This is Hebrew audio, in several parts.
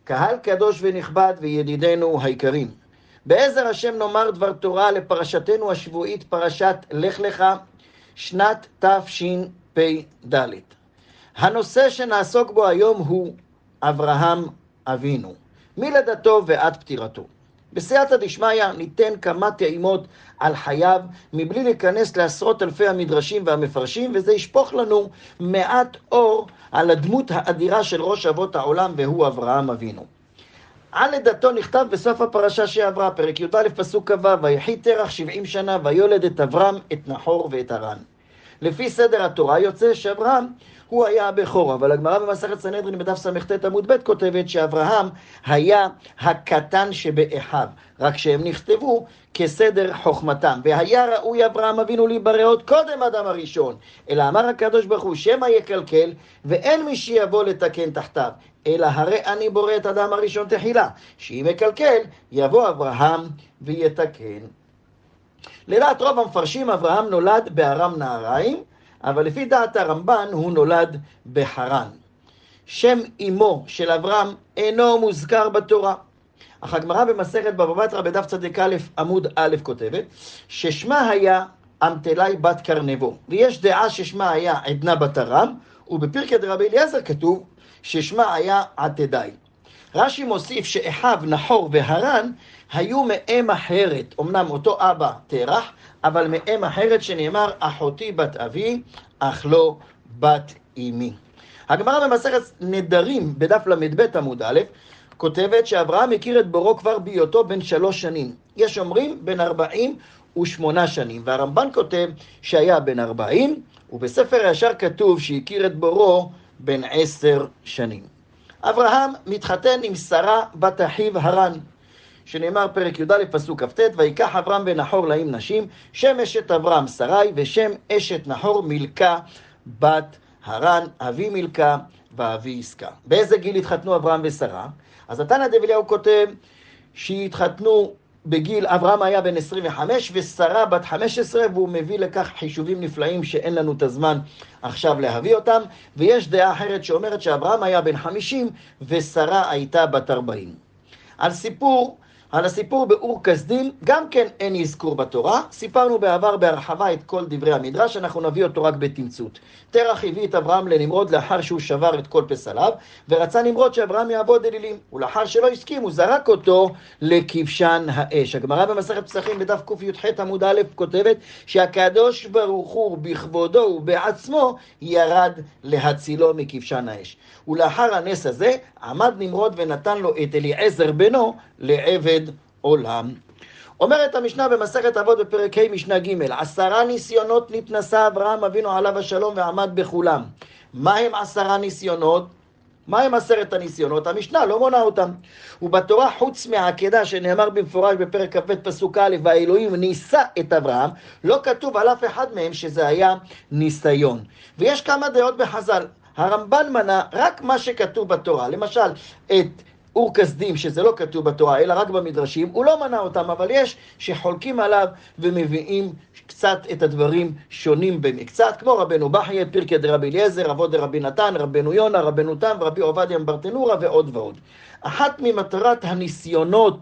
קהל קדוש ונכבד וידידינו היקרים, בעזר השם נאמר דבר תורה לפרשתנו השבועית, פרשת לך לך, שנת תשפ"ד. הנושא שנעסוק בו היום הוא אברהם אבינו, מלידתו ועד פטירתו. בסייעתא דשמיא ניתן כמה טעימות על חייו, מבלי להיכנס לעשרות אלפי המדרשים והמפרשים, וזה ישפוך לנו מעט אור על הדמות האדירה של ראש אבות העולם, והוא אברהם אבינו. על לידתו נכתב בסוף הפרשה שעברה, פרק י"א פסוק כ"ו, ויחי תרח 70 שנה ויולד את אברהם, את נחור ואת הרן. לפי סדר התורה יוצא שאברהם הוא היה הבכור, אבל הגמרא במסכת סנהדרין בדף ס"ט עמוד ב' כותבת שאברהם היה הקטן שבאחיו, רק שהם נכתבו כסדר חוכמתם. והיה ראוי אברהם אבינו להיברא עוד קודם אדם הראשון, אלא אמר הקדוש ברוך הוא שמא יקלקל ואין מי שיבוא לתקן תחתיו, אלא הרי אני בורא את אדם הראשון תחילה, שאם יקלקל יבוא אברהם ויתקן. לדעת רוב המפרשים אברהם נולד בארם נהריים, אבל לפי דעת הרמב"ן הוא נולד בחרן. שם אמו של אברהם אינו מוזכר בתורה. אך הגמרא במסכת בבא בתרא בדף צדיק א' עמוד א' כותבת ששמה היה אמתלי בת קרנבו, ויש דעה ששמה היה עדנה בת ארם, ובפרקי דרבי אליעזר כתוב ששמה היה עתדי. רש"י מוסיף שאחיו נחור והרן היו מאם אחרת, אמנם אותו אבא תרח, אבל מאם אחרת שנאמר אחותי בת אבי, אך לא בת אמי. הגמרא במסכת נדרים בדף ל"ב עמוד א' כותבת שאברהם הכיר את בוראו כבר בהיותו בן 3 שנים. יש אומרים בן 48 שנים, והרמב"ן כותב שהיה בן 40, ובספר הישר כתוב שהכיר את בוראו בן 10 שנים. אברהם מתחתן עם שרה בת אחיו הרן, שנאמר פרק י"א פסוק כ"ט, ויקח אברהם ונחור להם נשים, שם אשת אברהם שרי, ושם אשת נחור מילכה בת הרן, אבי מילכה ואבי עסקה. באיזה גיל התחתנו אברהם ושרה? אז התנא דאליהו כותב שהתחתנו בגיל, אברהם היה בן 25 ושרה בת 15, והוא מביא לכך חישובים נפלאים שאין לנו את הזמן עכשיו להביא אותם, ויש דעה אחרת שאומרת שאברהם היה בן 50 ושרה הייתה בת 40. על הסיפור באור כסדים גם כן אין אזכור בתורה. סיפרנו בעבר בהרחבה את כל דברי המדרש, אנחנו נביא אותו רק בתמצות. תרח הביא את אברהם לנמרוד לאחר שהוא שבר את כל פסליו, ורצה נמרוד שאברהם יעבוד אלילים, ולאחר שלא הסכים הוא זרק אותו לכבשן האש. הגמרא במסכת פסחים בדף קי"ח עמוד א' כותבת שהקדוש ברוך הוא בכבודו ובעצמו ירד להצילו מכבשן האש. ולאחר הנס הזה עמד נמרוד ונתן לו את אליעזר בנו לעבד עולם. אומרת המשנה במסכת אבות בפרק ה' משנה ג' 10 ניסיונות נתנסה אברהם אבינו עליו השלום ועמד בכולם. מה הם 10 ניסיונות? מה הם 10 הניסיונות? המשנה לא מונה אותם. ובתורה חוץ מהעקדה שנאמר במפורש בפרק כ"ב פסוק א' והאלוהים ניסה את אברהם, לא כתוב על אף אחד מהם שזה היה ניסיון. ויש כמה דעות בחז"ל. הרמב"ן מנה רק מה שכתוב בתורה, למשל את אור כסדים שזה לא כתוב בתורה אלא רק במדרשים, הוא לא מנה אותם, אבל יש שחולקים עליו ומביאים קצת את הדברים שונים במקצת, כמו רבנו בחייא, פרקי דרבי אליעזר, אבות דרבי נתן, רבנו יונה, רבנו תם ורבי עובדיה מברטנורא ועוד ועוד. אחת ממטרת הניסיונות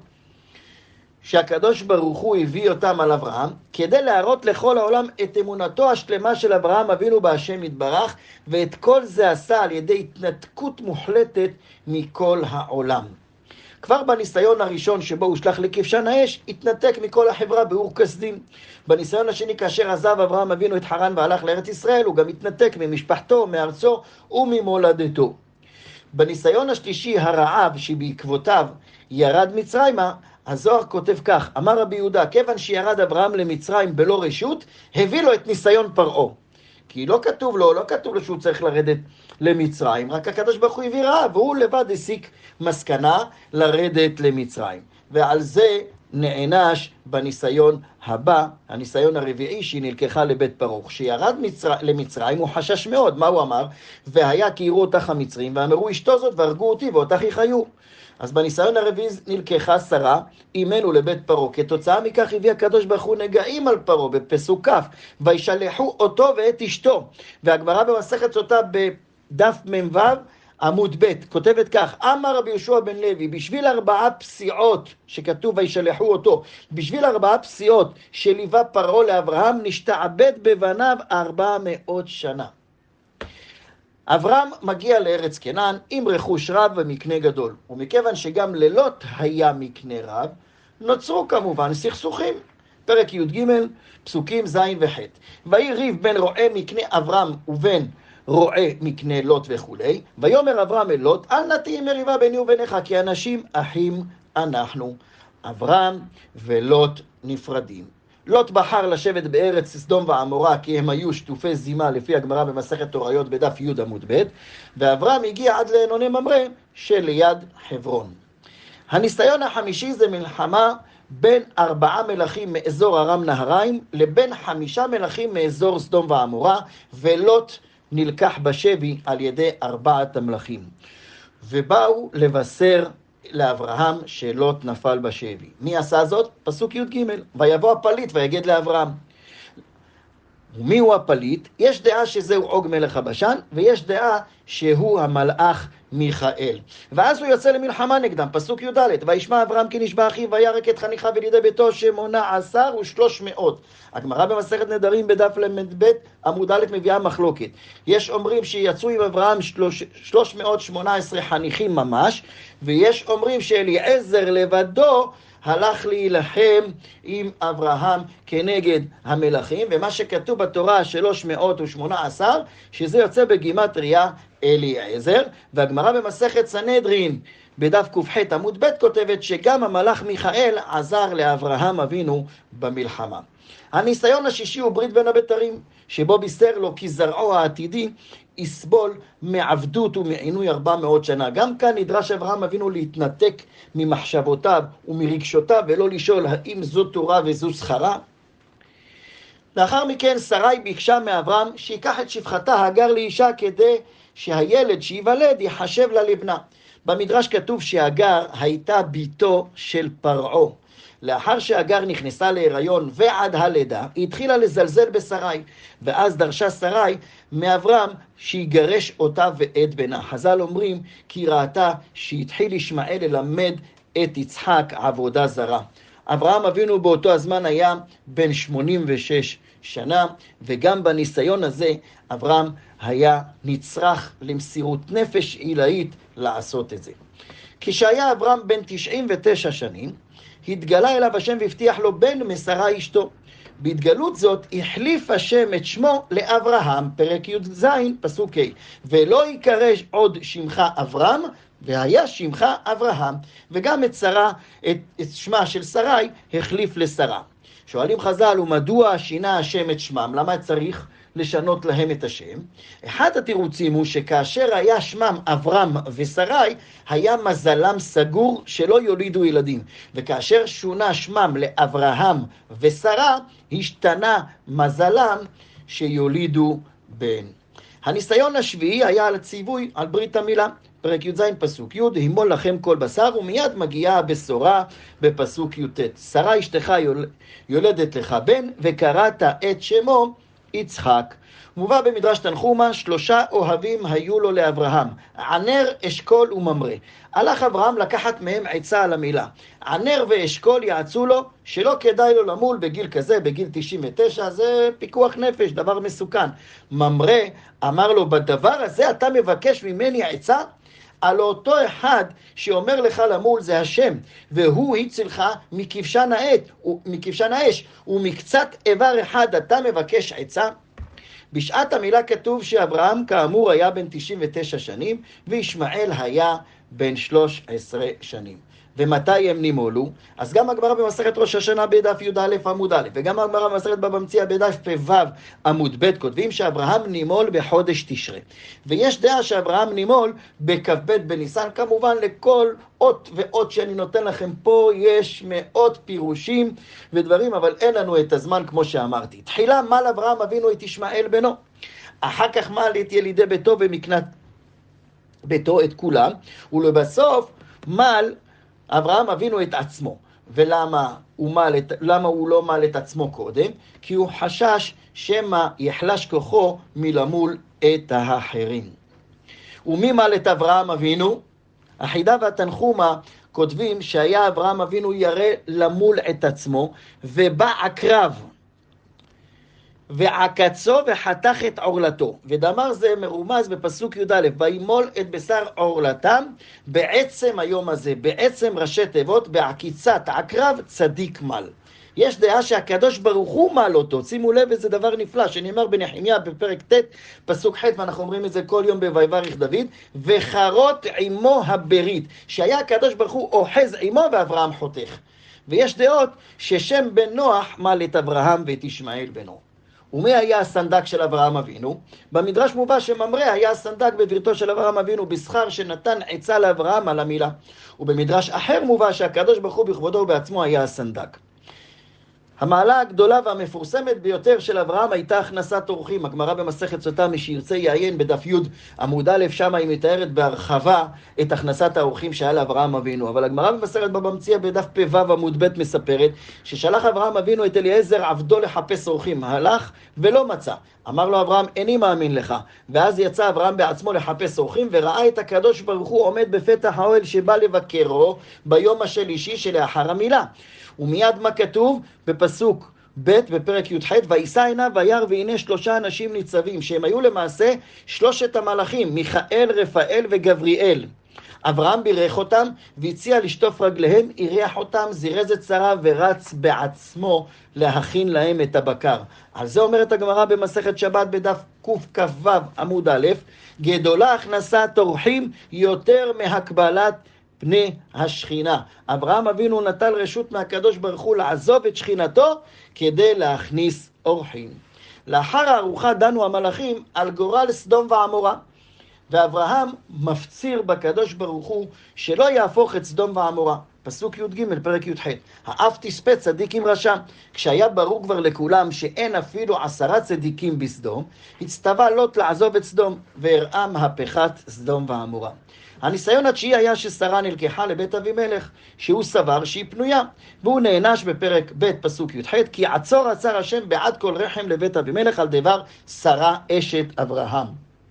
שהקדוש ברוך הוא הביא אותם על אברהם, כדי להראות לכל העולם את אמונתו השלמה של אברהם אבינו בהשם יתברך, ואת כל זה עשה על ידי התנתקות מוחלטת מכל העולם. כבר בניסיון הראשון שבו הוא שלח לכבשן האש, התנתק מכל החברה באור כסדים. בניסיון השני כאשר עזב אברהם אבינו את חרן והלך לארץ ישראל, הוא גם התנתק ממשפחתו, מארצו וממולדתו. בניסיון השלישי הרעב שבעקבותיו ירד מצרימה, הזוהר כותב כך, אמר רבי יהודה, כיוון שירד אברהם למצרים בלא רשות, הביא לו את ניסיון פרעה. כי לא כתוב לו שהוא צריך לרדת למצרים, רק הקדוש ברוך הוא הביא רעב, והוא לבד הסיק מסקנה לרדת למצרים. ועל זה נענש בניסיון הבא, הניסיון הרביעי שהיא נלקחה לבית פרעה. כשירד למצרים הוא חשש מאוד, מה הוא אמר? והיה כי יראו אותך המצרים, ואמרו אשתו זאת והרגו אותי ואותך יחיו. אז בניסיון הרביעי נלקחה שרה אימנו לבית פרעה. כתוצאה מכך הביא הקדוש ברוך הוא נגעים על פרעה בפסוק כ' וישלחו אותו ואת אשתו. והגמרא במסכת סוטה בדף מ"ו עמוד ב', כותבת כך, אמר רבי יהושע בן לוי, בשביל 4 פסיעות שכתוב וישלחו אותו, בשביל 4 פסיעות שליווה פרעה לאברהם, נשתעבד בבניו 400 שנה. אברהם מגיע לארץ כנען עם רכוש רב ומקנה גדול, ומכיוון שגם ללוט היה מקנה רב, נוצרו כמובן סכסוכים. פרק י"ג, פסוקים ז' וח'. ויהי ריב בין רועה מקנה אברהם ובין רועה מקנה לוט וכו'. ויאמר אברהם אל לוט, אל נא תהי מריבה ביני וביניך, כי אנשים אחים אנחנו. אברהם ולוט נפרדים. לוט בחר לשבת בארץ סדום ועמורה, כי הם היו שטופי זימה לפי הגמרא במסכת תוריות בדף י' עמוד ב', ואברהם הגיע עד לעינוני ממרא שליד חברון. הניסיון החמישי זה מלחמה בין 4 מלכים מאזור ארם נהריים לבין 5 מלכים מאזור סדום ועמורה, ולוט נלקח בשבי על ידי 4 המלכים. ובאו לבשר לאברהם שלוט נפל בשבי. מי עשה זאת? פסוק י"ג. ויבוא הפליט ויגד לאברהם. ומי הוא הפליט? יש דעה שזהו עוג מלך הבשן, ויש דעה שהוא המלאך מיכאל. ואז הוא יוצא למלחמה נגדם, פסוק י"ד. וישמע אברהם כי נשבע אחיו, וירק את חניכיו ולידי ביתו 18,300. הגמרא במסכת נדרים בדף ל"ב עמוד א' מביאה מחלוקת. יש אומרים שיצאו עם אברהם 318 חניכים ממש, ויש אומרים שאליעזר לבדו הלך להילחם עם אברהם כנגד המלכים, ומה שכתוב בתורה 318, שזה יוצא בגימטריה אליעזר. והגמרא במסכת סנהדרין בדף ק"ח עמוד ב' כותבת שגם המלאך מיכאל עזר לאברהם אבינו במלחמה. הניסיון השישי הוא ברית בין הבתרים, שבו בישר לו כי זרעו העתידי יסבול מעבדות ומעינוי 400 שנה. גם כאן נדרש אברהם אבינו להתנתק ממחשבותיו ומרגשותיו, ולא לשאול האם זו תורה וזו שכרה. לאחר מכן שרי ביקשה מאברהם שיקח את שפחתה הגר לאישה, כדי שהילד שיוולד יחשב לה לבנה. במדרש כתוב שהגר הייתה ביתו של פרעה. לאחר שהגר נכנסה להיריון ועד הלידה, היא התחילה לזלזל בשרי, ואז דרשה שרי מאברהם שיגרש אותה ואת בנה. חז"ל אומרים כי ראתה שהתחיל ישמעאל ללמד את יצחק עבודה זרה. אברהם אבינו באותו הזמן היה בן 86 שנה, וגם בניסיון הזה אברהם היה נצרך למסירות נפש עילאית לעשות את זה. כשהיה אברהם בן 99 שנים, התגלה אליו השם והבטיח לו בן משרה אשתו. בהתגלות זאת החליף השם את שמו לאברהם, פרק י"ז פסוק ה', ולא יקרא עוד שמך אברהם, והיה שמך אברהם. וגם את שמה של שרי החליף לשרה. שואלים חז"ל, ומדוע שינה השם את שמם? למה צריך לשנות להם את השם? אחד התירוצים הוא שכאשר היה שמם אברהם ושרי, היה מזלם סגור שלא יולידו ילדים. וכאשר שונה שמם לאברהם ושרה, השתנה מזלם שיולידו בן. הניסיון השביעי היה על הציווי על ברית המילה. פרק י"ז פסוק י', הימול לכם כל בשר, ומיד מגיעה הבשורה בפסוק י"ט. שרה אשתך יולדת לך בן, וקראת את שמו יצחק. מובא במדרש תנחומא, 3 אוהבים היו לו לאברהם, ענר, אשכול וממרא. הלך אברהם לקחת מהם עצה על המילה. ענר ואשכול יעצו לו שלא כדאי לו למול בגיל כזה, בגיל 99, זה פיקוח נפש, דבר מסוכן. ממרא אמר לו, בדבר הזה אתה מבקש ממני עצה? על אותו אחד שאומר לך למול זה השם, והוא הצילך מכבשן האש, ומקצת איבר אחד אתה מבקש עצה? בשעת המילה כתוב שאברהם כאמור היה בן 99 שנים, וישמעאל היה בן 13 שנים. ומתי הם נימולו? אז גם הגמרא במסכת ראש השנה בדף י"א עמוד א', וגם הגמרא במסכת בבא מציעא בדף פ"ו עמוד ב' כותבים שאברהם נימול בחודש תשרי. ויש דעה שאברהם נימול בכ"ב בניסן. כמובן לכל אות ואות שאני נותן לכם פה יש מאות פירושים ודברים, אבל אין לנו את הזמן כמו שאמרתי. תחילה מל אברהם אבינו את ישמעאל בנו, אחר כך מל את ילידי ביתו ומקנת ביתו את כולם, ולבסוף מל אברהם אבינו את עצמו. ולמה הוא לא מל את עצמו קודם? כי הוא חשש שמא יחלש כוחו מלמול את האחרים. ומי מל את אברהם אבינו? החידה והתנחומה כותבים שהיה אברהם אבינו ירא למול את עצמו, ובא עקרב ועקצו וחתך את עורלתו, ודאמר זה מרומז בפסוק י"א, וימול את בשר עורלתם בעצם היום הזה, בעצם ראשי תיבות, בעקיצת עקרב צדיק מל. יש דעה שהקדוש ברוך הוא מל אותו, שימו לב איזה דבר נפלא שנאמר בנחמיה בפרק ט' פסוק ח', ואנחנו אומרים את זה כל יום בויברך דוד, וחרות עמו הברית, שהיה הקדוש ברוך הוא אוחז עמו ואברהם חותך. ויש דעות ששם בן נוח מל את אברהם ואת ישמעאל בנו. ומי היה הסנדק של אברהם אבינו? במדרש מובא שממרא היה הסנדק בבירתו של אברהם אבינו בשכר שנתן עצה לאברהם על המילה. ובמדרש אחר מובא שהקדוש ברוך הוא בכבודו ובעצמו היה הסנדק. המעלה הגדולה והמפורסמת ביותר של אברהם הייתה הכנסת אורחים. הגמרא במסכת סוטה, מי שירצה יעיין בדף י' עמוד א', שם היא מתארת בהרחבה את הכנסת האורחים שהיה לאברהם אבינו. אבל הגמרא במסכת בבא מציעא בדף פ"ו עמוד ב' מספרת ששלח אברהם אבינו את אליעזר עבדו לחפש אורחים. הלך ולא מצא. אמר לו אברהם, איני מאמין לך. ואז יצא אברהם בעצמו לחפש אורחים, וראה את הקדוש ברוך הוא עומד בפתח האוהל שבא לבקרו ביום השלישי שלאחר המילה. ומיד מה כתוב בפסוק ב' בפרק י"ח, וישא עיניו וירא והנה 3 אנשים ניצבים, שהם היו למעשה 3 המלאכים, מיכאל, רפאל וגבריאל. אברהם בירך אותם והציע לשטוף רגליהם, אירח אותם, זירז את שרה ורץ בעצמו להכין להם את הבקר. על זה אומרת הגמרא במסכת שבת בדף קכ"ו עמוד א', גדולה הכנסת אורחים יותר מהקבלת פני השכינה. אברהם אבינו נטל רשות מהקדוש ברוך הוא לעזוב את שכינתו כדי להכניס אורחים. לאחר הארוחה דנו המלאכים על גורל סדום ועמורה, ואברהם מפציר בקדוש ברוך הוא שלא יהפוך את סדום ועמורה. פסוק י"ג פרק י"ח, האף תספה צדיק עם רשע. כשהיה ברור כבר לכולם שאין אפילו 10 צדיקים בסדום, הצטווה לוט לעזוב את סדום, והראה מהפכת סדום ועמורה. הניסיון התשיעי היה ששרה נלקחה לבית אבימלך, שהוא סבר שהיא פנויה, והוא נענש בפרק ב' פסוק י"ח, כי עצור עצר השם בעד כל רחם לבית אבימלך על דבר שרה אשת אברהם.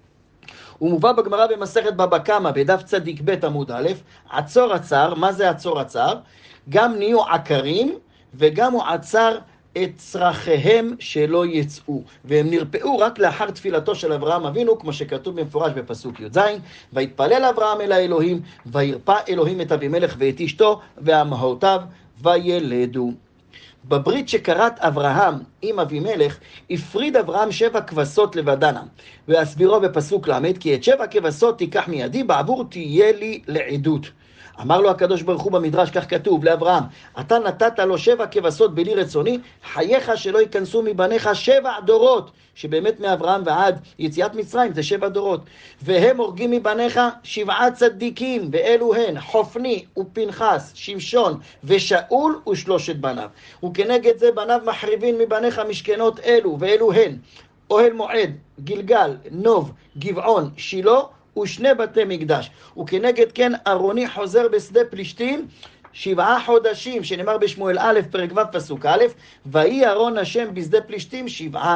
הוא מובא בגמרא במסכת בבא קמא בדף צדיק ב' עמוד א', עצור עצר. מה זה עצור עצר? גם נהיו עקרים וגם הוא עצר את צרכיהם שלא יצאו, והם נרפאו רק לאחר תפילתו של אברהם אבינו, כמו שכתוב במפורש בפסוק י"ז, ויתפלל אברהם אל האלוהים, וירפא אלוהים את אבימלך ואת אשתו ואמהותיו וילדו. בברית שקראת אברהם עם אבימלך, הפריד אברהם 7 כבשות לבדנה, והסבירו בפסוק ל', כי את 7 כבשות תיקח מידי, בעבור תהיה לי לעדות. אמר לו הקדוש ברוך הוא במדרש, כך כתוב לאברהם, אתה נתת לו 7 כבשות בלי רצוני, חייך שלא ייכנסו מבניך 7 דורות, שבאמת מאברהם ועד יציאת מצרים זה 7 דורות, והם הורגים מבניך 7 צדיקים, ואלו הן חופני ופנחס, שמשון ושאול ו3 בניו, וכנגד זה בניו מחריבין מבניך משכנות אלו, ואלו הן אוהל מועד, גלגל, נוב, גבעון, שילה, ו2 בתי מקדש. וכנגד כן ארוני חוזר בשדה פלישתים 7 חודשים, שנאמר בשמואל א' פרק ו' פסוק א', ויהי ארון השם בשדה פלישתים 7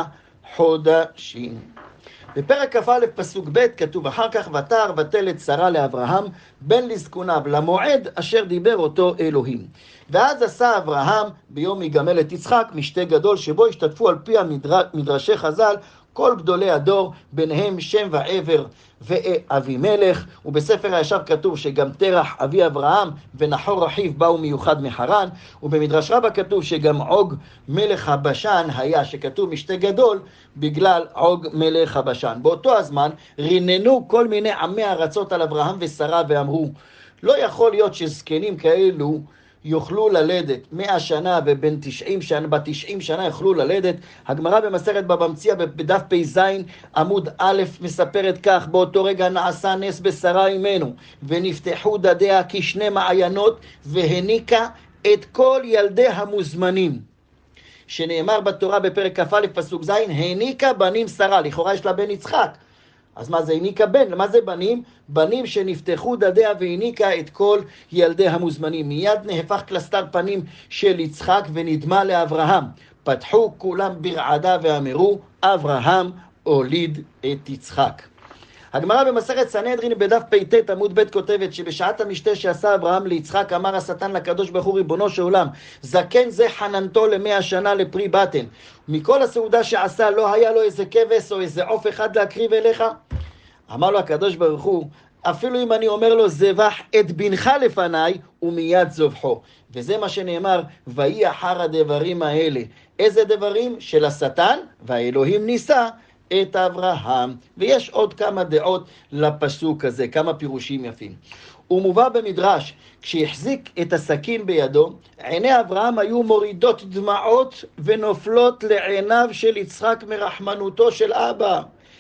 חודשים. בפרק כ"א פסוק ב' כתוב אחר כך, ותער ותלד שרה לאברהם בן לזקוניו למועד אשר דיבר אותו אלוהים. ואז עשה אברהם ביום יגמל את יצחק משתה גדול, שבו השתתפו על פי מדרשי חז"ל כל גדולי הדור, ביניהם שם ועבר ואבימלך. ובספר הישר כתוב שגם תרח אבי אברהם ונחור אחיו באו מיוחד מחרן. ובמדרש רבה כתוב שגם עוג מלך הבשן היה, שכתוב משתה גדול בגלל עוג מלך הבשן. באותו הזמן ריננו כל מיני עמי ארצות על אברהם ושרה ואמרו, לא יכול להיות שזקנים כאלו יוכלו ללדת 100 שנה ובין 90 שנה, ב-90 שנה יוכלו ללדת. הגמרא במסכת בבא מציעא בדף פ"ז עמוד א' מספרת כך, באותו רגע נעשה נס בשרה אימנו, ונפתחו דדיה כשני מעיינות, והניקה את כל ילדי המוזמנים. שנאמר בתורה בפרק כ"א פסוק ז', הניקה בנים שרה, לכאורה יש לה בן יצחק. אז מה זה הניקה בן? מה זה בנים? בנים שנפתחו דדיה והניקה את כל ילדי המוזמנים. מיד נהפך קלסתר פנים של יצחק ונדמה לאברהם. פתחו כולם ברעדה ואמרו, אברהם הוליד את יצחק. הגמרא במסכת סנהדרין בדף פ"ט עמוד ב' כותבת שבשעת המשתה שעשה אברהם ליצחק אמר השטן לקדוש ברוך הוא ריבונו של עולם, זקן זה חננתו ל100 שנה לפרי בטן, מכל הסעודה שעשה לא היה לו איזה כבש או איזה עוף אחד להקריב אליך? אמר לו הקדוש ברוך הוא, אפילו אם אני אומר לו זבח את בנך לפניי ומיד זובחו. וזה מה שנאמר, ויהי אחר הדברים האלה. איזה דברים? של השטן, והאלוהים ניסה את אברהם. ויש עוד כמה דעות לפסוק הזה, כמה פירושים יפים. הוא מובא במדרש, כשהחזיק את הסכין בידו, עיני אברהם היו מורידות דמעות ונופלות לעיניו של יצחק מרחמנותו של אבא.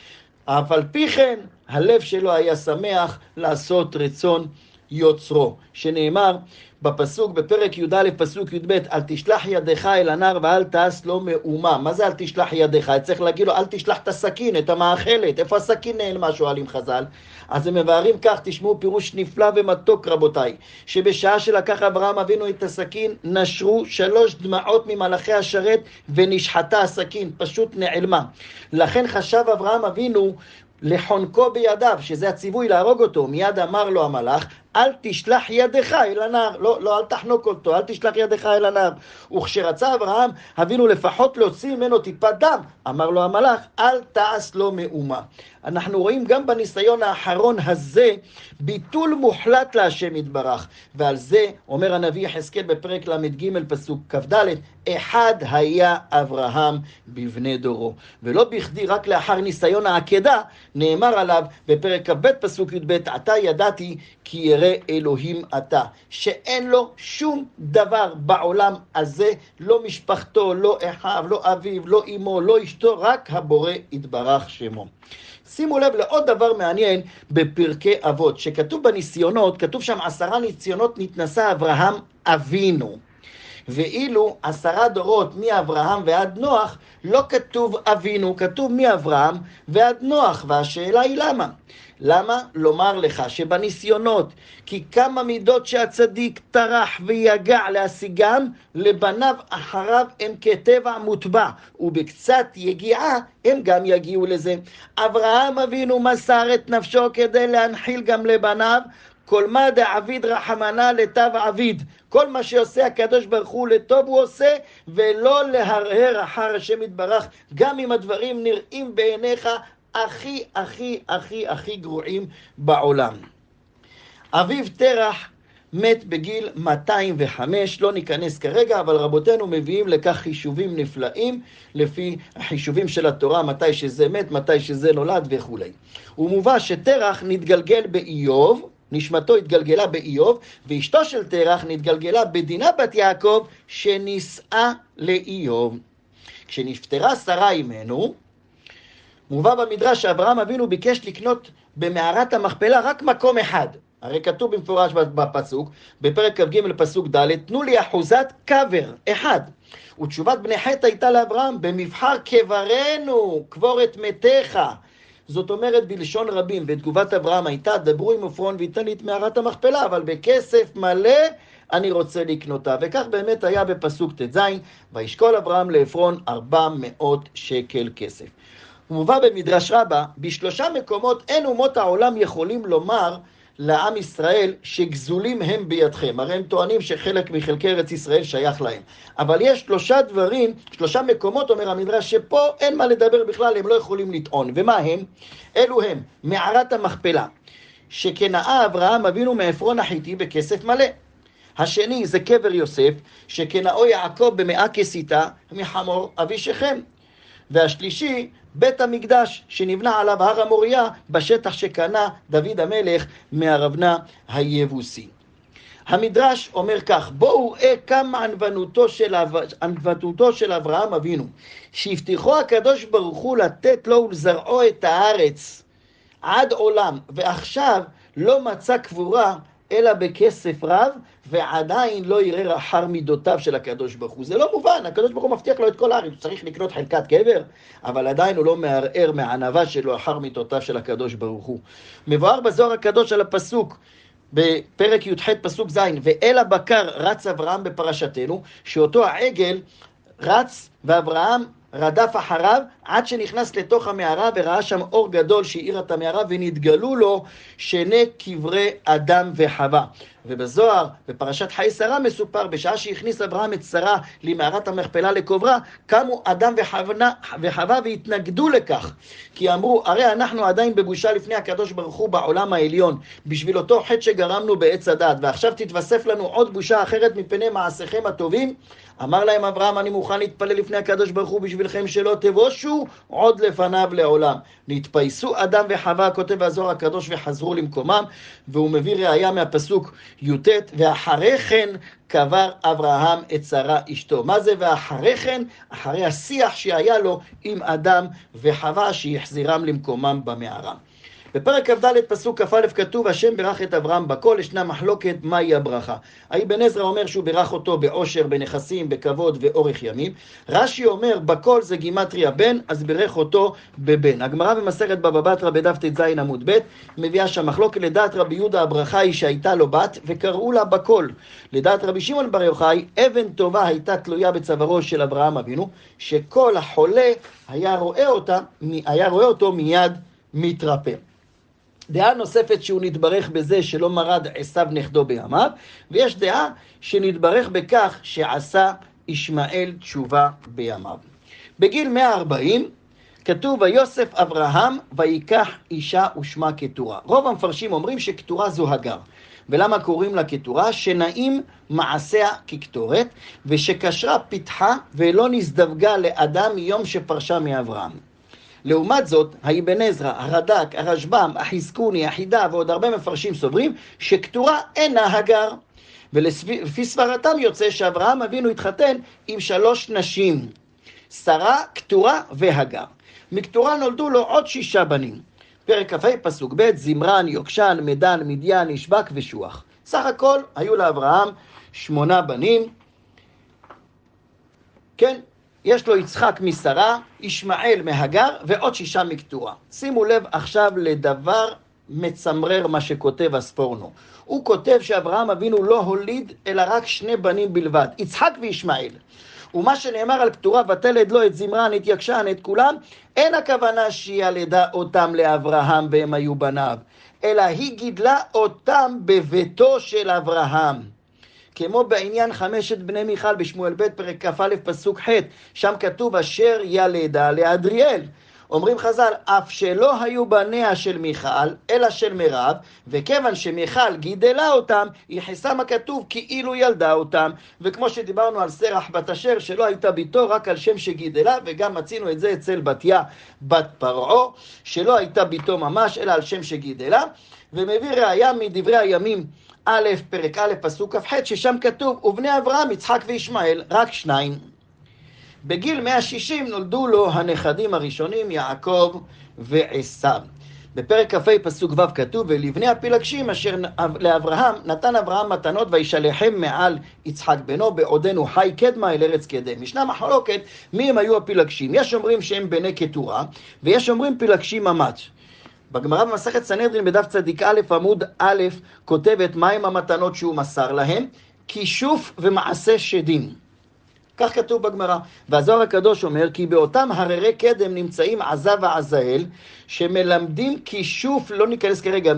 אף על פי כן, הלב שלו היה שמח לעשות רצון יוצרו, שנאמר בפסוק בפרק י"א פסוק י"ב, אל תשלח ידך אל הנער ואל תעש לו מאומה. מה זה אל תשלח ידך? צריך להגיד לו אל תשלח את הסכין, את המאכלת. איפה הסכין נעלמה? שואלים חז"ל. אז הם מבארים כך, תשמעו פירוש נפלא ומתוק רבותיי, שבשעה שלקח אברהם אבינו את הסכין, נשרו 3 דמעות ממלאכי השרת ונשחטה הסכין, פשוט נעלמה. לכן חשב אברהם אבינו לחונקו בידיו, שזה הציווי להרוג אותו. מיד אמר לו המלאך, אל תשלח ידך אל הנער. לא, אל תחנוק אותו, אל תשלח ידך אל הנער. וכשרצה אברהם אבינו לפחות להוציא ממנו טיפת דם, אמר לו המלאך, אל תעש לו מאומה. אנחנו רואים גם בניסיון האחרון הזה ביטול מוחלט להשם יתברך, ועל זה אומר הנביא יחזקאל בפרק ל"ג פסוק כ"ד, אחד היה אברהם בבני דורו. ולא בכדי רק לאחר ניסיון העקדה נאמר עליו בפרק כ"ב פסוק י"ב, עתה ידעתי כי ירא אלוהים אתה, שאין לו שום דבר בעולם הזה, לא משפחתו, לא אחיו, לא אביו, לא אמו, לא אשתו, רק הבורא יתברך שמו. שימו לב לעוד דבר מעניין בפרקי אבות, שכתוב בניסיונות, כתוב שם 10 ניסיונות נתנסה אברהם אבינו. ואילו 10 דורות מאברהם ועד נוח לא כתוב אבינו, כתוב מאברהם ועד נוח. והשאלה היא למה? למה לומר לך שבניסיונות, כי כמה מידות שהצדיק טרח ויגע להשיגם, לבניו אחריו הם כטבע מוטבע, ובקצת יגיעה הם גם יגיעו לזה. אברהם אבינו מסר את נפשו כדי להנחיל גם לבניו, כל מה דעביד רחמנה לטב עביד. כל מה שעושה הקדוש ברוך הוא לטוב הוא עושה, ולא להרהר אחר השם יתברך, גם אם הדברים נראים בעיניך הכי הכי הכי הכי גרועים בעולם. אביו תרח מת בגיל 205, לא ניכנס כרגע, אבל רבותינו מביאים לכך חישובים נפלאים, לפי החישובים של התורה, מתי שזה מת, מתי שזה נולד וכו'. הוא מובא שתרח נתגלגל באיוב, נשמתו התגלגלה באיוב, ואשתו של תרח נתגלגלה בדינה בת יעקב, שנישאה לאיוב. כשנפטרה שרה אימנו, מובא במדרש שאברהם אבינו ביקש לקנות במערת המכפלה רק מקום אחד. הרי כתוב במפורש בפסוק, בפרק כ"ג פסוק ד', תנו לי אחוזת קבר אחד. ותשובת בני חטא הייתה לאברהם, במבחר קברנו, קבור את מתיך. זאת אומרת בלשון רבים, ותגובת אברהם הייתה, דברו עם עפרון ויתן לי את מערת המכפלה, אבל בכסף מלא אני רוצה לקנותה. וכך באמת היה בפסוק ט"ז, וישקול אברהם לעפרון 400 שקל כסף. מובא במדרש רבה, ב3 מקומות אין אומות העולם יכולים לומר לעם ישראל שגזולים הם בידכם. הרי הם טוענים שחלק מחלקי ארץ ישראל שייך להם. אבל יש 3 דברים, 3 מקומות, אומר המדרש, שפה אין מה לדבר בכלל, הם לא יכולים לטעון. ומה הם? אלו הם, מערת המכפלה, שקנאה אברהם אבינו מעפרון החיתי בכסף מלא. השני זה קבר יוסף, שקנאו יעקב במאה כסיתה מחמור אבי שכם. והשלישי, בית המקדש שנבנה עליו הר המוריה בשטח שקנה דוד המלך מהרבנה היבוסי. המדרש אומר כך, בואו ראה כמה ענוותותו של אברהם אבינו, שהבטיחו הקדוש ברוך הוא לתת לו ולזרעו את הארץ עד עולם, ועכשיו לא מצא קבורה אלא בכסף רב, ועדיין לא יראה אחר מידותיו של הקדוש ברוך הוא. זה לא מובן, הקדוש ברוך הוא מבטיח לו את כל הארץ, הוא צריך לקנות חלקת קבר, אבל עדיין הוא לא מערער מהענווה שלו אחר מידותיו של הקדוש ברוך הוא. מבואר בזוהר הקדוש על הפסוק, בפרק י"ח פסוק ז', ואל הבקר רץ אברהם בפרשתנו, שאותו העגל רץ ואברהם רדף אחריו עד שנכנס לתוך המערה וראה שם אור גדול שהאיר את המערה, ונתגלו לו שני קברי אדם וחווה. ובזוהר, בפרשת חיי שרה מסופר, בשעה שהכניס אברהם את שרה למערת המכפלה לקוברה, קמו אדם וחווה והתנגדו לכך. כי אמרו, הרי אנחנו עדיין בבושה לפני הקדוש ברוך הוא בעולם העליון, בשביל אותו חטא שגרמנו בעץ הדת, ועכשיו תתווסף לנו עוד בושה אחרת מפני מעשיכם הטובים. אמר להם אברהם, אני מוכן להתפלל לפני הקדוש ברוך הוא בשבילכם שלא תבושו עוד לפניו לעולם. נתפייסו אדם וחווה, כותב הזוהר הקדוש, וחזרו למקומם, והוא מביא ראיה מהפסוק י"ט, ואחרי כן קבר אברהם את שרה אשתו. מה זה ואחרי כן? אחרי השיח שהיה לו עם אדם וחווה שהחזירם למקומם במערה. בפרק כ"ד פסוק כ"א כתוב, השם ברך את אברהם בכל. ישנה מחלוקת מהי הברכה. האבן עזרא אומר שהוא ברך אותו בעושר, בנכסים, בכבוד ואורך ימים. רש"י אומר בכל זה גימטריה בן, אז ברך אותו בבן. הגמרא במסכת בבא בתרא בדף ט"ז עמוד ב' מביאה שם מחלוקת. לדעת רבי יהודה הברכה היא שהייתה לו בת וקראו לה בכל. לדעת רבי שמעון בר יוחאי אבן טובה הייתה תלויה בצווארו של אברהם אבינו, שכל החולה היה רואה אותו מיד מתרפא. דעה נוספת שהוא נתברך בזה שלא מרד עשיו נכדו בימיו, ויש דעה שנתברך בכך שעשה ישמעאל תשובה בימיו. בגיל 140 כתוב ויוסף אברהם ויקח אישה ושמה קטורה. רוב המפרשים אומרים שקטורה זו הגר. ולמה קוראים לה קטורה? שנעים מעשיה כקטורת, ושקשרה פיתחה ולא נזדווגה לאדם מיום שפרשה מאברהם. לעומת זאת, האבן עזרא, הרד"ק, הרשב"ם, החזקוני, החידה ועוד הרבה מפרשים סוברים שקטורה אינה הגר. ולפי סברתם יוצא שאברהם אבינו התחתן עם 3 נשים, שרה, קטורה והגר. מקטורה נולדו לו עוד 6 בנים. פרק כ"ה פסוק ב', זמרן, יוקשן, מדן, מדיין, ישבק ושוח. סך הכל היו לאברהם 8 בנים. כן, יש לו יצחק משרה, ישמעאל מהגר ועוד 6 מקטורה. שימו לב עכשיו לדבר מצמרר מה שכותב הספורנו. הוא כותב שאברהם אבינו לא הוליד אלא רק 2 בנים בלבד, יצחק וישמעאל. ומה שנאמר על קטורה ותלד לו את זמרן, את יקשן, את כולם, אין הכוונה שילדה אותם לאברהם והם היו בניו, אלא היא גידלה אותם בביתו של אברהם. כמו בעניין 5 בני מיכל בשמואל ב' פרק כ"א פסוק ח', שם כתוב אשר ילדה לאדריאל. אומרים חז"ל, אף שלא היו בניה של מיכל, אלא של מירב, וכיוון שמיכל גידלה אותם, יחסה מה כתוב כאילו ילדה אותם. וכמו שדיברנו על סרח בת אשר, שלא הייתה ביתו רק על שם שגידלה, וגם מצינו את זה אצל בתיה בת פרעה, שלא הייתה ביתו ממש, אלא על שם שגידלה. ומביא ראיה מדברי הימים, א', פרק א', פסוק כ"ח, ששם כתוב, ובני אברהם, יצחק וישמעאל, רק 2. בגיל 160 נולדו לו הנכדים הראשונים, יעקב ועשיו. בפרק כ"ה פסוק ו' כתוב, ולבני הפילגשים אשר לאברהם נתן אברהם מתנות וישלחם מעל יצחק בנו בעודנו חי קדמה אל ארץ קדם. ישנה מחלוקת מי הם היו הפילגשים. יש אומרים שהם בני קטורה, ויש אומרים פילגשים ממש. בגמרא במסכת סנהדרין בדף צדיק א' עמוד א' כותבת מהם המתנות שהוא מסר להם, כישוף ומעשה שדים. כך כתוב בגמרא. והזוהר הקדוש אומר כי באותם הררי קדם נמצאים עזה ועזאל שמלמדים כישוף, לא ניכנס כרגע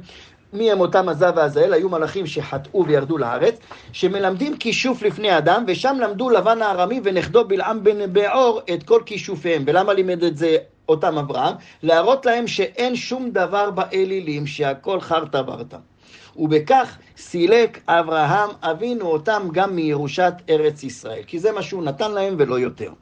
מי הם אותם עזה ועזאל, היו מלאכים שחטאו וירדו לארץ, שמלמדים כישוף לפני אדם, ושם למדו לבן הארמי ונכדו בלעם בן בעור את כל כישופיהם. ולמה לימד את זה אותם אברהם? להראות להם שאין שום דבר באלילים, שהכל חרטה ברטה. ובכך סילק אברהם אבינו אותם גם מירושת ארץ ישראל, כי זה מה שהוא נתן להם ולא יותר.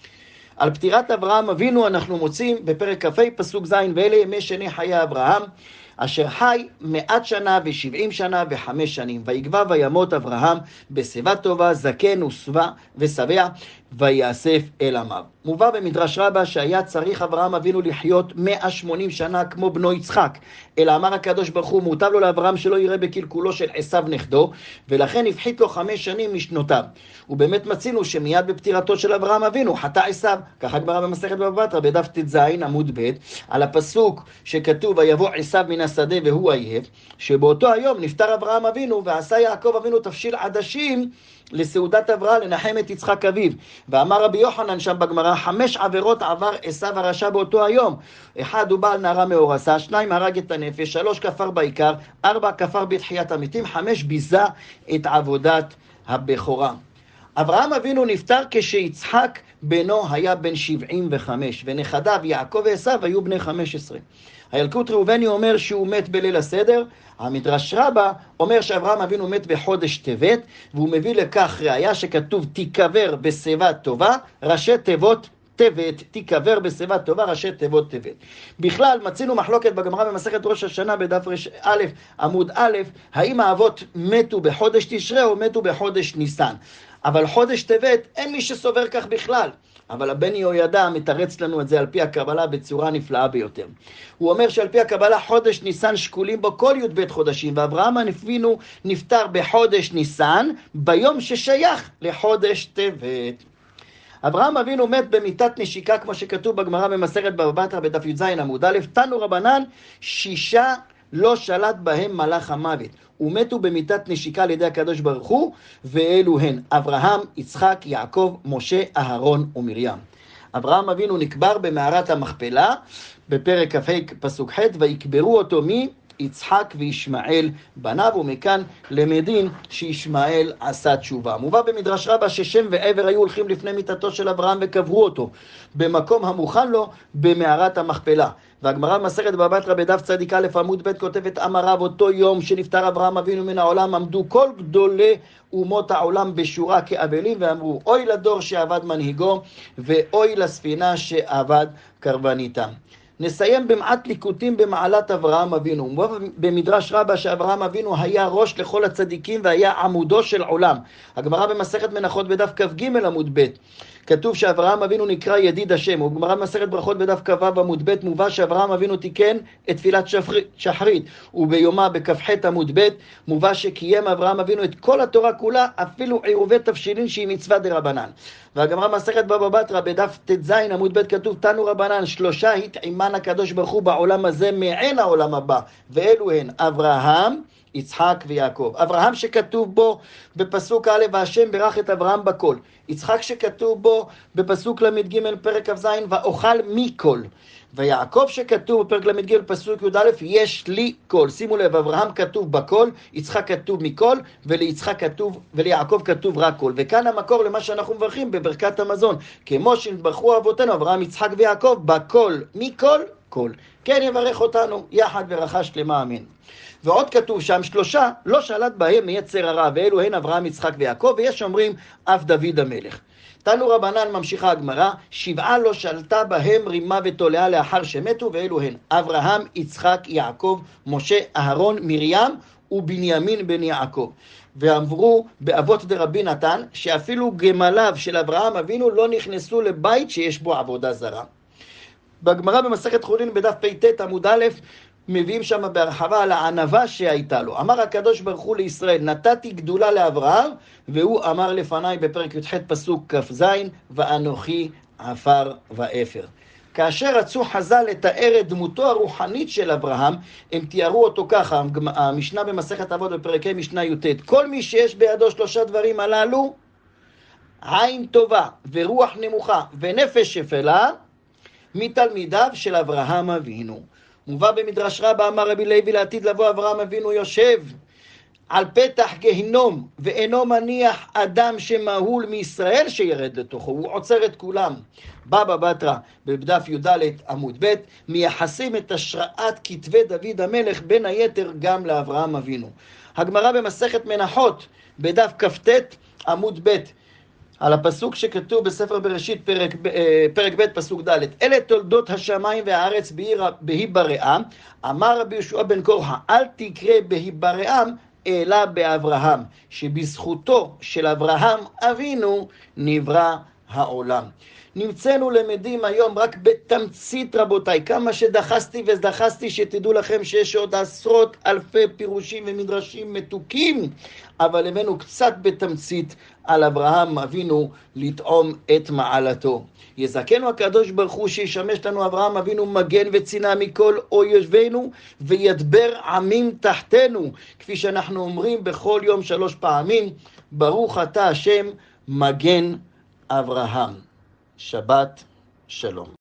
על פטירת אברהם אבינו אנחנו מוצאים בפרק כ"ה פסוק ז', ואלה ימי שני חיי אברהם, אשר חי 100 שנה ו70 שנה ו5 שנים. ויגבע וימות אברהם בשיבה טובה, זקן ושבע, ויאסף אל עמיו. מובא במדרש רבה שהיה צריך אברהם אבינו לחיות 180 שנה כמו בנו יצחק. אלא אמר הקדוש ברוך הוא, מוטב לו לאברהם שלא יראה בקלקולו של עשיו נכדו, ולכן הפחית לו 5 שנים משנותיו. ובאמת מצינו שמיד בפטירתו של אברהם אבינו חטא עשיו. ככה הגמרא במסכת בבא בתרא בדף ט"ז עמוד ב' על הפסוק שכתוב ויבוא עשיו מן השדה והוא עייף, שבאותו היום נפטר אברהם אבינו ועשה יעקב אבינו תבשיל עדשים לסעודת אברהם לנחם את יצחק אביו. ואמר רבי יוחנן שם בגמרא, 5 עבירות עבר עשיו הרשע באותו היום. 1 הוא בעל נערה מאורסה, 2 הרג את הנפש, 3 כפר בעיקר, 4 כפר בתחיית המתים, 5 ביזה את עבודת הבכורה. אברהם אבינו נפטר כשיצחק בנו היה בן 75, ונכדיו יעקב ועשיו היו בני 15. הילקוט ראובני אומר שהוא מת בליל הסדר, המדרש רבה אומר שאברהם אבינו מת בחודש טבת, והוא מביא לכך ראיה שכתוב תיקבר בשיבה טובה, ראשי תיבות טבת, תיקבר בשיבה טובה, ראשי תיבות טבת. בכלל מצינו מחלוקת בגמרא במסכת ראש השנה בדף א' עמוד א', האם האבות מתו בחודש תשרי או מתו בחודש ניסן. אבל חודש טבת אין מי שסובר כך בכלל. אבל הבן יהוידע מתרץ לנו את זה על פי הקבלה בצורה נפלאה ביותר. הוא אומר שעל פי הקבלה חודש ניסן שקולים בו כל י"ב חודשים, ואברהם אבינו נפטר בחודש ניסן ביום ששייך לחודש טבת. אברהם אבינו מת במיתת נשיקה כמו שכתוב בגמרא במסכת בבא בתרא בדף י"ז עמוד א', תנו רבנן 6 לא שלט בהם מלאך המוות, ומתו במיתת נשיקה על ידי הקדוש ברוך הוא, ואלו הן אברהם, יצחק, יעקב, משה, אהרון ומרים. אברהם אבינו נקבר במערת המכפלה בפרק כ"ה פסוק ח', ויקברו אותו יצחק וישמעאל בניו, ומכאן למדים שישמעאל עשה תשובה. מובא במדרש רבה ששם ועבר היו הולכים לפני מיתתו של אברהם וקברו אותו במקום המוכן לו במערת המכפלה. והגמרא במסכת בבא בתרא בדף צדיק א' עמוד ב' כותבת, אמר רב, אותו יום שנפטר אברהם אבינו מן העולם עמדו כל גדולי אומות העולם בשורה כאבלים ואמרו, אוי לדור שעבד מנהיגו ואוי לספינה שעבד קרבניתם. נסיים במעט ליקוטים במעלת אברהם אבינו. במדרש רבה שאברהם אבינו היה ראש לכל הצדיקים והיה עמודו של עולם. הגמרא במסכת מנחות בדף כ"ג עמוד ב' כתוב שאברהם אבינו נקרא ידיד השם, ובגמרא במסכת ברכות בדף כ"ו עמוד ב' מובא שאברהם אבינו תיקן את תפילת שחרית, וביומה בכ"ח עמוד ב' מובא שקיים אברהם אבינו את כל התורה כולה, אפילו עירובי תבשילין שהיא מצווה דרבנן. והגמרא במסכת בבא בתרא בדף ט"ז עמוד ב' כתוב, תנו רבנן 3 התעימן הקדוש ברוך הוא בעולם הזה מעין העולם הבא, ואלו הן אברהם, יצחק ויעקב. אברהם שכתוב בו בפסוק א', והשם ברך את אברהם בכל. יצחק שכתוב בו בפסוק למ"ג פרק כ"ז, ואוכל מכל. ויעקב שכתוב בפרק למ"ג פסוק י"א, יש לי כל. שימו לב, אברהם כתוב בכל, יצחק כתוב מכל, וליעקב כתוב רק כל. וכאן המקור למה שאנחנו מברכים בברכת המזון, כמו שנתברכו אבותינו אברהם, יצחק ויעקב בכל, מכל, כל. כן יברך אותנו יחד ברכה שלמה, אמן. ועוד כתוב שם 3 לא שלט בהם מיצר הרע, ואלו הן אברהם, יצחק ויעקב, ויש אומרים אף דוד המלך. תנו רבנן, ממשיכה הגמרא, 7 לא שלטה בהם רימה ותולעה לאחר שמתו, ואלו הן אברהם, יצחק, יעקב, משה, אהרון, מרים ובנימין בן יעקב. ואמרו באבות דרבי נתן שאפילו גמליו של אברהם אבינו לא נכנסו לבית שיש בו עבודה זרה. בגמרא במסכת חולין בדף פ"ט עמוד א' מביאים שם בהרחבה על הענווה שהייתה לו. אמר הקדוש ברוך הוא לישראל, נתתי גדולה לאברהם, והוא אמר לפניי בפרק י"ח פסוק כ"ז, ואנוכי עפר ואפר. כאשר רצו חז"ל לתאר את דמותו הרוחנית של אברהם, הם תיארו אותו ככה, המשנה במסכת אבות בפרקי משנה י"ט, כל מי שיש בידו 3 דברים הללו, עין טובה ורוח נמוכה ונפש שפלה, מתלמידיו של אברהם אבינו. מובא במדרש רבה, אמר רבי לוי, לעתיד לבוא אברהם אבינו יושב על פתח גיהינום ואינו מניח אדם שמהול מישראל שירד לתוכו, הוא עוצר את כולם. בבא בתרא בדף י"ד עמוד ב' מייחסים את השראת כתבי דוד המלך בין היתר גם לאברהם אבינו. הגמרא במסכת מנחות בדף כ"ט עמוד ב' על הפסוק שכתוב בספר בראשית פרק ב' פסוק ד', אלה תולדות השמיים והארץ בהיברעם, אמר רבי יהושע בן קורחה, אל תקרא בהיברעם אלא באברהם, שבזכותו של אברהם אבינו נברא העולם. נמצאנו למדים היום רק בתמצית רבותיי, כמה שדחסתי שתדעו לכם שיש עוד עשרות אלפי פירושים ומדרשים מתוקים, אבל הבאנו קצת בתמצית על אברהם אבינו לטעום את מעלתו. יזכנו הקדוש ברוך הוא שישמש לנו אברהם אבינו מגן וצינה מכל אויבינו, וידבר עמים תחתנו, כפי שאנחנו אומרים בכל יום 3 פעמים, ברוך אתה השם מגן אברהם. שבת שלום.